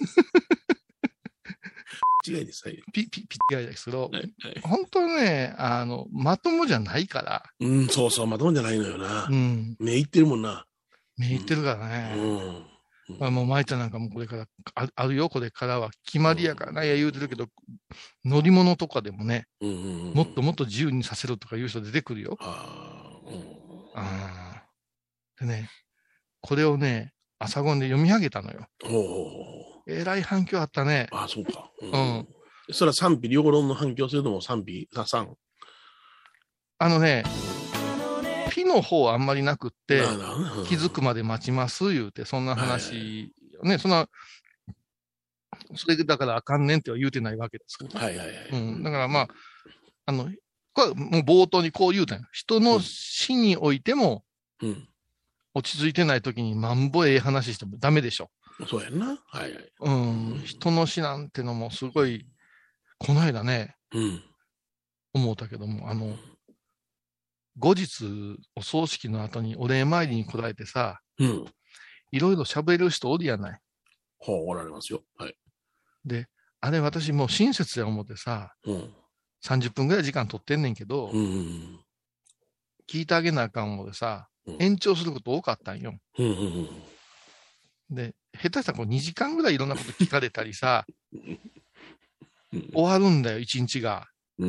Speaker 2: 違いです。
Speaker 3: ピ、ピ、ピ違いですけど、はいはい、本当ね、あの、まともじゃないから。
Speaker 2: うん、そうそう、まともじゃないのよな。うん。目いってるもんな。
Speaker 3: 目いってるからね。うん。うん、まあ、もう、舞ちゃんなんかもこれからあ、あるよ、これからは。決まりやからな、いや言うてるけど、乗り物とかでもね、うんうんうん、もっともっと自由にさせろとか言う人出てくるよ。あ、うん、あ。でね、これをね、朝ごんで読み上げたのよ。おえらい反響あったね。
Speaker 2: ああ、そうか。うん。うん、それは賛否両論の反響するのも賛否、ささん。
Speaker 3: あのね、否の方はあんまりなくって、気づくまで待ちます言うて、そんな話、はい、ね、そんな、それだからあかんねんっては言うてないわけですから。はいはいはい。うん。だからまあ、あの、これはもう冒頭にこう言うたんよ。人の死においても、うん、落ち着いてない時になんぼええ話してもダメでしょ。
Speaker 2: そうやんな。はいはい。
Speaker 3: うん。人の死なんてのもすごい、この間ね、うん、思ったけども、あの、後日、お葬式の後にお礼参りに来られてさ、うん。いろいろ喋る人おるやない。
Speaker 2: ほう、おられますよ。はい。
Speaker 3: で、あれ私もう親切や思ってさ、うん。さんじゅっぷんぐらい時間取ってんねんけど、うん。聞いてあげなあかんもでさ、うん、延長すること多かったんよ。うんうんうん、で、下手したらこうにじかんぐらいいろんなこと聞かれたりさ、うん、終わるんだよ、いちにちが。うん、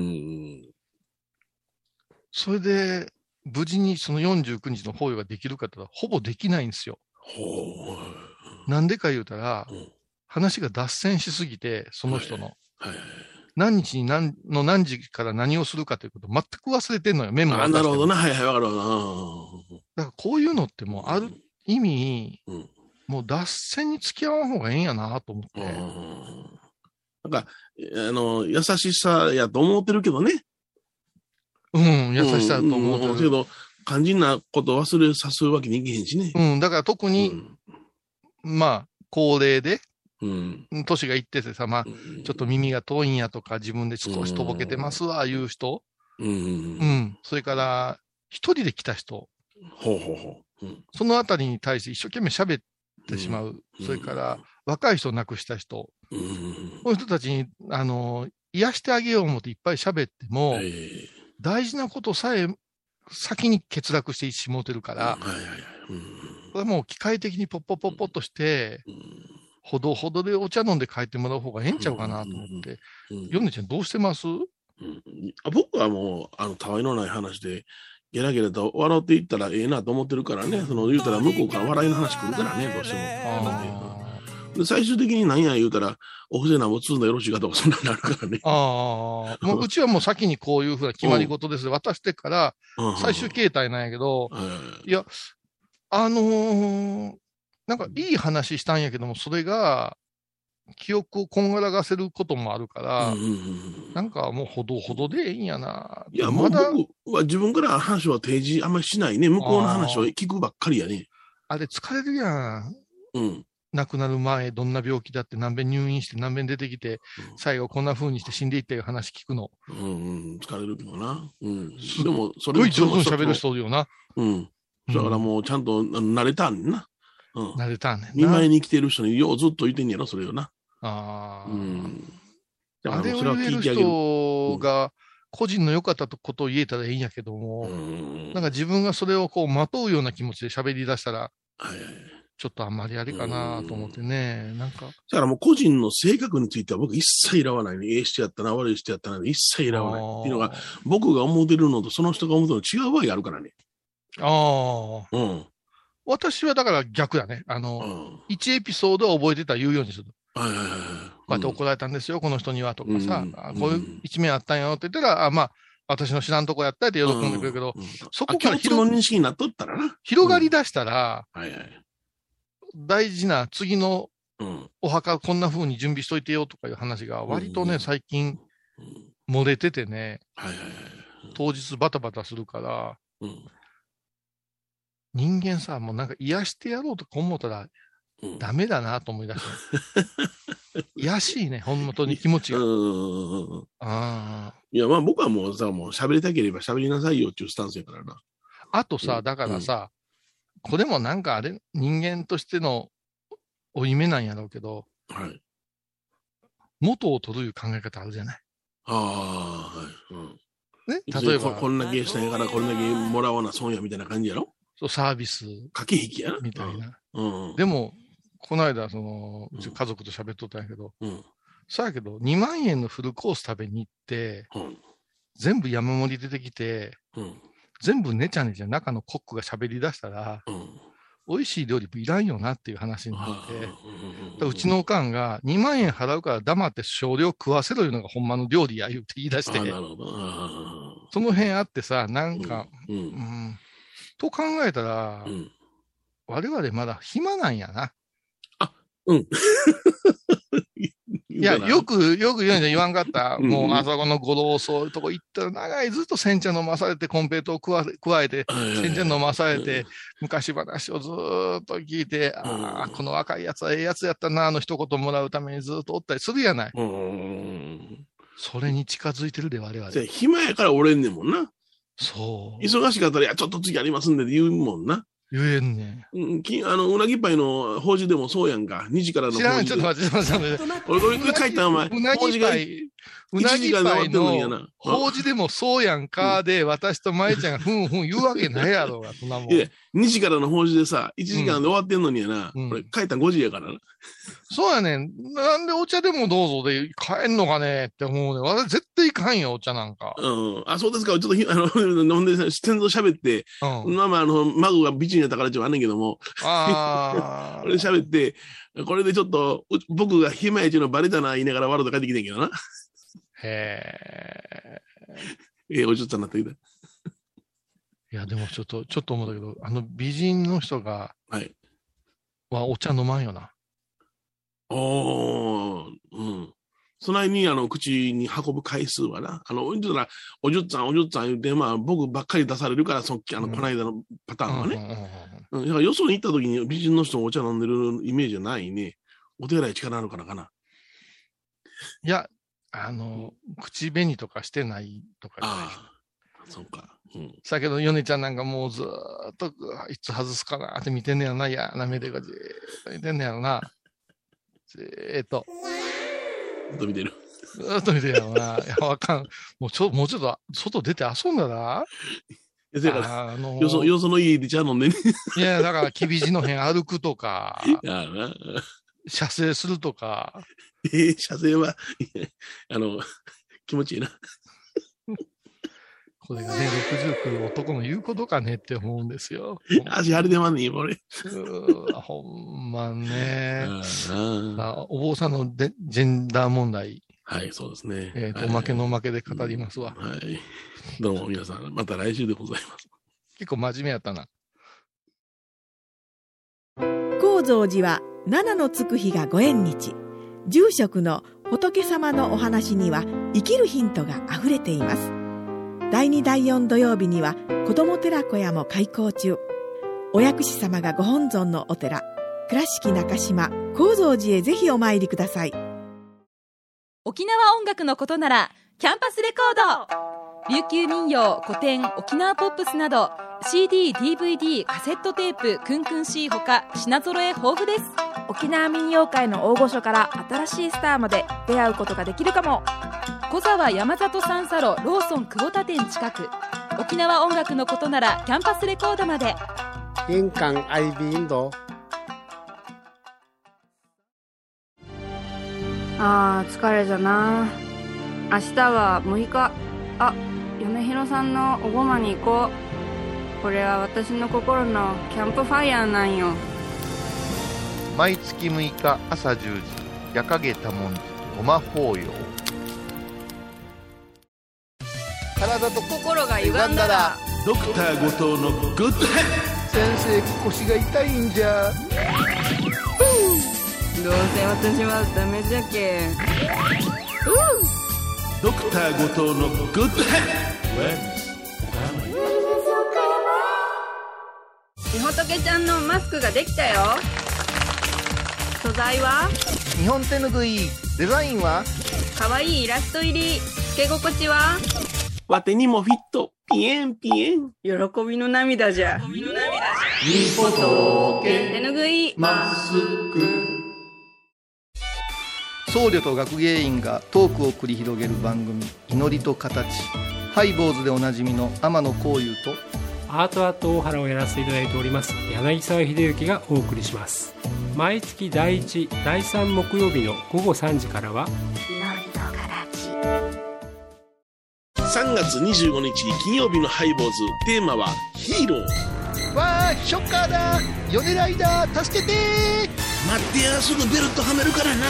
Speaker 3: それで、無事にそのよんじゅうくにちの法要ができるかって言ったら、ほぼできないんですよ。なんでか言うたら、うん、話が脱線しすぎて、その人の。はい
Speaker 2: はいはい。
Speaker 3: 何日に何の何時から何をするかということを全く忘れてんのよ、メモ
Speaker 2: あ、なるほどな。はいはい、わかるわかる。
Speaker 3: だからこういうのってもうある意味、
Speaker 2: うん、
Speaker 3: もう脱線に付き合わん方がええんやなと思って。
Speaker 2: なんか、あの、優しさやと思ってるけどね。
Speaker 3: うん、優しさだと思ってる。
Speaker 2: うん、けど、肝心なこと忘れさせるわけにいけへんしね。
Speaker 3: うん、だから特に、うん、まあ、高齢で、
Speaker 2: うん、
Speaker 3: 年がいっててさ、まあ、うん、ちょっと耳が遠いんやとか、自分で少しとぼけてますわ、いう人。うん。うん。それから、一人で来た人。
Speaker 2: ほうほうほう。うん、
Speaker 3: そのあたりに対して一生懸命喋ってしまう。うん、それから、若い人を亡くした人。うん、こういう人たちに、あの、癒してあげよう思っていっぱい喋っても、えー、大事なことさえ先に欠落してしもうてるから、これはもう機械的にポッポッポッポッとして、うん、ほどほどでお茶飲んで帰ってもらう方がええんちゃうかなと思って。ヨネちゃんどうしてます？うん、
Speaker 2: あ僕はもう、あの、たわいのない話で、ゲラゲラと笑っていったらええなと思ってるからね、その言うたら向こうから笑いの話来るからね、どうしても。で最終的に何や言うたら、お布施なんもつんだよろしいかとか、そんなになるからね。
Speaker 3: ああ。もううちはもう先にこういうふうな決まり事です、うん、渡してから、最終形態なんやけど、うん、いや、あのー、なんかいい話したんやけども、それが、記憶をこんがらがせることもあるから、うんうんうん、なんかもうほどほどでいいんやな。
Speaker 2: いや、まだ僕は自分から話は提示あんまりしないね。向こうの話を聞くばっかりやね。
Speaker 3: あれ疲れるやん。うん。亡くなる前、どんな病気だって何遍入院して何遍出てきて、うん、最後こんな風にして死んでいったいう話聞くの。
Speaker 2: うんうん、疲れるけどな。うん。
Speaker 3: でも、それすごい上手に喋る人いるよな。
Speaker 2: うん。だからもうちゃんと慣れたんねんな。
Speaker 3: うん。慣れたんねんな。
Speaker 2: 見舞いに来てる人にようずっと言ってんやろ、それよな。
Speaker 3: ああ。うん。あれを言える人が、個人の良かったことを言えたらいいんやけども、うん、なんか自分がそれをこう、まとうような気持ちで喋り出したら、はいはい、ちょっとあんまりあれかなと思ってね、なんか。
Speaker 2: だからもう個人の性格については僕一切選ばないね。ええ人やったな、悪い人やったな、一切選ばない。っていうのが、僕が思ってるのとその人が思ってるの違う場合があるからね。
Speaker 3: ああ。うん。私はだから逆だね。あの、うん、いちエピソードは覚えてたら言うようにする。はいはいはい。こうやって怒られたんですよ、うん、この人にはとかさ、うん、こういう一面あったんよって言ったら、あまあ、私の知らんとこやったって喜んでくれるけど、うんうん、そこから
Speaker 2: 広の認識になっとったらな。
Speaker 3: 広がり出したら、うんはいはい、大事な次のお墓こんな風に準備しといてよとかいう話が割とね、最近漏れててね、はいはいはい、当日バタバタするから、うん、人間さ、もうなんか癒してやろうとか思ったら、ダメだなと思い出した。いやしいね、本当に気持ちが。うん
Speaker 2: あいや、まあ僕はもうさ、もう喋りたければ喋りなさいよっていうスタンスやからな。
Speaker 3: あとさ、だからさ、うん、これもなんかあれ、人間としての負い目なんやろうけど、はい、元を取るいう考え方あるじゃない。ああ、はい。うん、ね、例えばこ。
Speaker 2: こんだけしたんやからこんだけもらわな損やみたいな感じやろ
Speaker 3: そう、サービス。
Speaker 2: 駆け引きやな。
Speaker 3: みたいな。うんうん、でも、この間、その、うち家族と喋っとったんやけど、うん、そうやけど、にまんえんのフルコース食べに行って、うん、全部山盛り出てきて、うん、全部ねちゃねちゃ中のコックが喋り出したら、うん、美味しい料理もいらんよなっていう話になって、うん、うちのおかんがにまんえん払うから黙って少量食わせろいうのがほんまの料理や言うて言い出して、その辺あってさ、なんか、うんうん、と考えたら、うん、我々まだ暇なんやな。
Speaker 2: うん。
Speaker 3: いや、よく、よく言うんじゃ言わんかった。うん、もう、あそこのご老そういうとこ行ったら、長いずっと煎茶飲まされて、コンペイトを加えて、煎茶飲まされて、うん、昔話をずーっと聞いて、うん、ああ、この若いやつはええやつやったな、あの一言もらうためにずっとおったりするやない。うん、それに近づいてるで、我々。
Speaker 2: 暇やから折れんねんもんな。
Speaker 3: そう。
Speaker 2: 忙しかったら、いや、ちょっと次ありますんでって言うもんな。
Speaker 3: 言えんねん。
Speaker 2: うん、きあの、うなぎパイの法事でもそうやんか。にじからの法事。
Speaker 3: 知らん、ちょっと待って、ちょっと待って。
Speaker 2: 俺、これ書いたお前。
Speaker 3: うなぎパイ、うなぎパイの法事でもそうやんかで、私と舞ちゃんがふんふん言うわけないやろが、そんなもん。いや、
Speaker 2: にじからの法事でさ、いちじかんで終わってんのにやな。うん、これ書いたごじやからな。
Speaker 3: そうやねん。なんでお茶でもどうぞで買えんのかねって思うね。私絶対いかんよ、お茶なんか。
Speaker 2: うん。あ、そうですか。ちょっとひ、あの、飲んで、先祖喋って、うん、まあまあ、あの、孫が美人やったからちょっとあんねんけども。ああ。俺喋って、 これでちょっと、僕がひまやちのバレたな言いながらワールド帰ってきてんけどな。
Speaker 3: へ
Speaker 2: ええ、お嬢ちゃんになってきた。
Speaker 3: いや、でもちょっと、ちょっと思ったけど、あの美人の人が、
Speaker 2: はい。
Speaker 3: はお茶飲まんよな。
Speaker 2: おー、うん。そないに、あの、口に運ぶ回数はな、あの、言うたら、おじゅっつぁん、おじゅっつぁん言うて、まあ、僕ばっかり出されるから、そっき、あの、
Speaker 3: うん、
Speaker 2: この間のパターンはね。
Speaker 3: うんうんうんうん
Speaker 2: うん、だからよそに行った時に美人の人がお茶飲んでるイメージはないね。お手洗い力あるからかな。
Speaker 3: いや、あの、口紅とかしてないとかじゃないですか。
Speaker 2: ああ、そうか。うん。
Speaker 3: だけど、ヨネちゃんなんかもうずーっと、いつ外すかなって見てんねやろな。いや、なめでがじーっと見てんねやろな。えっと。
Speaker 2: ずっと見てる。
Speaker 3: ずーっと見てんやろな。いや、わかん。もうちょ、もうちょっと、外出て遊んだら
Speaker 2: いや、だから、
Speaker 3: あのー、
Speaker 2: よそ、よその家で茶飲んでね。
Speaker 3: いや、だから、きびじの辺歩くとか、
Speaker 2: ああな。
Speaker 3: 射精するとか。
Speaker 2: ええ、射精は、あの、気持ちいいな。
Speaker 3: これがね、ろくじゅうくる男の言うことかねって思うんですよ。
Speaker 2: 足腫れてまんねん、今俺。
Speaker 3: ほんまね。
Speaker 2: あ
Speaker 3: あお坊さんのでジェンダー問題。
Speaker 2: はい、そうですね。
Speaker 3: えっ、ー、と、
Speaker 2: はい、
Speaker 3: おまけのおまけで語りますわ、
Speaker 2: はい。どうも皆さん、また来週でございます。
Speaker 3: 結構真面目やったな。
Speaker 7: 高蔵寺は七のつく日がご縁日。住職の仏様のお話には生きるヒントがあふれています。だいにだいよん土曜日には子ども寺小屋も開校中。お薬師様がご本尊のお寺、倉敷中島・高蔵寺へぜひお参りください。
Speaker 8: 沖縄音楽のことならキャンパスレコード。琉球民謡、古典、沖縄ポップスなど シーディー、ディーブイディー、カセットテープ、クンクン C ほか品揃え豊富です。
Speaker 9: 沖縄民謡界の大御所から新しいスターまで出会うことができるかも。
Speaker 8: 小沢山里三佐路ローソン久保田店近く。沖縄音楽のことならキャンパスレコードまで。
Speaker 10: 印港 アイビー インド。
Speaker 6: あー疲れじゃな。明日はむいか。あ、米広さんのおごまに行こう。これは私の心のキャンプファイヤーなんよ。
Speaker 11: 毎月むいか朝じゅうじ、夜影多文字ごま法要。
Speaker 10: 体と
Speaker 6: 心が歪んだら
Speaker 2: ドクター後藤のグッドヘッド。
Speaker 5: 先生、腰が痛いんじゃ。
Speaker 6: どうせ私はダメじゃけ。
Speaker 2: ドクター後藤のグッドヘッド。
Speaker 6: みほとけちゃんのマスクができたよ。素材は
Speaker 10: 日本手ぬぐい。デザインは
Speaker 6: かわいいイラスト入り。つけ心地は
Speaker 2: わてにもフィット。ピエンピエン。
Speaker 6: 喜びの涙じゃ。
Speaker 2: みほとけ
Speaker 6: 手ぬぐい
Speaker 2: マスク。
Speaker 3: 僧侶と学芸員がトークを繰り広げる番組、祈りと形。ハイボーズでおなじみの天野幸雄と
Speaker 12: アートアート大原をやらせていただいております柳沢秀幸がお送りします。毎月だいいち、だいさん木曜日のごごさんじからは
Speaker 9: 祈りと形。
Speaker 2: さんがつにじゅうごにち金曜日のハイボーズ、テーマはヒーロー。
Speaker 10: わー、ショッカーだ。米ライダー助けて
Speaker 2: ー。待ってや、すぐベルトはめるからな。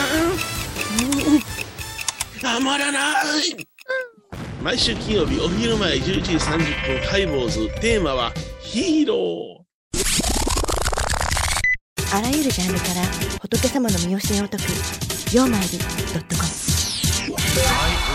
Speaker 2: たまらない。毎週金曜日お昼前じゅういちじさんじゅっぷん、ハイボーズ、テーマはヒーロー。
Speaker 13: あらゆるジャンルから仏様の身教えを解く曜マイルドットコム。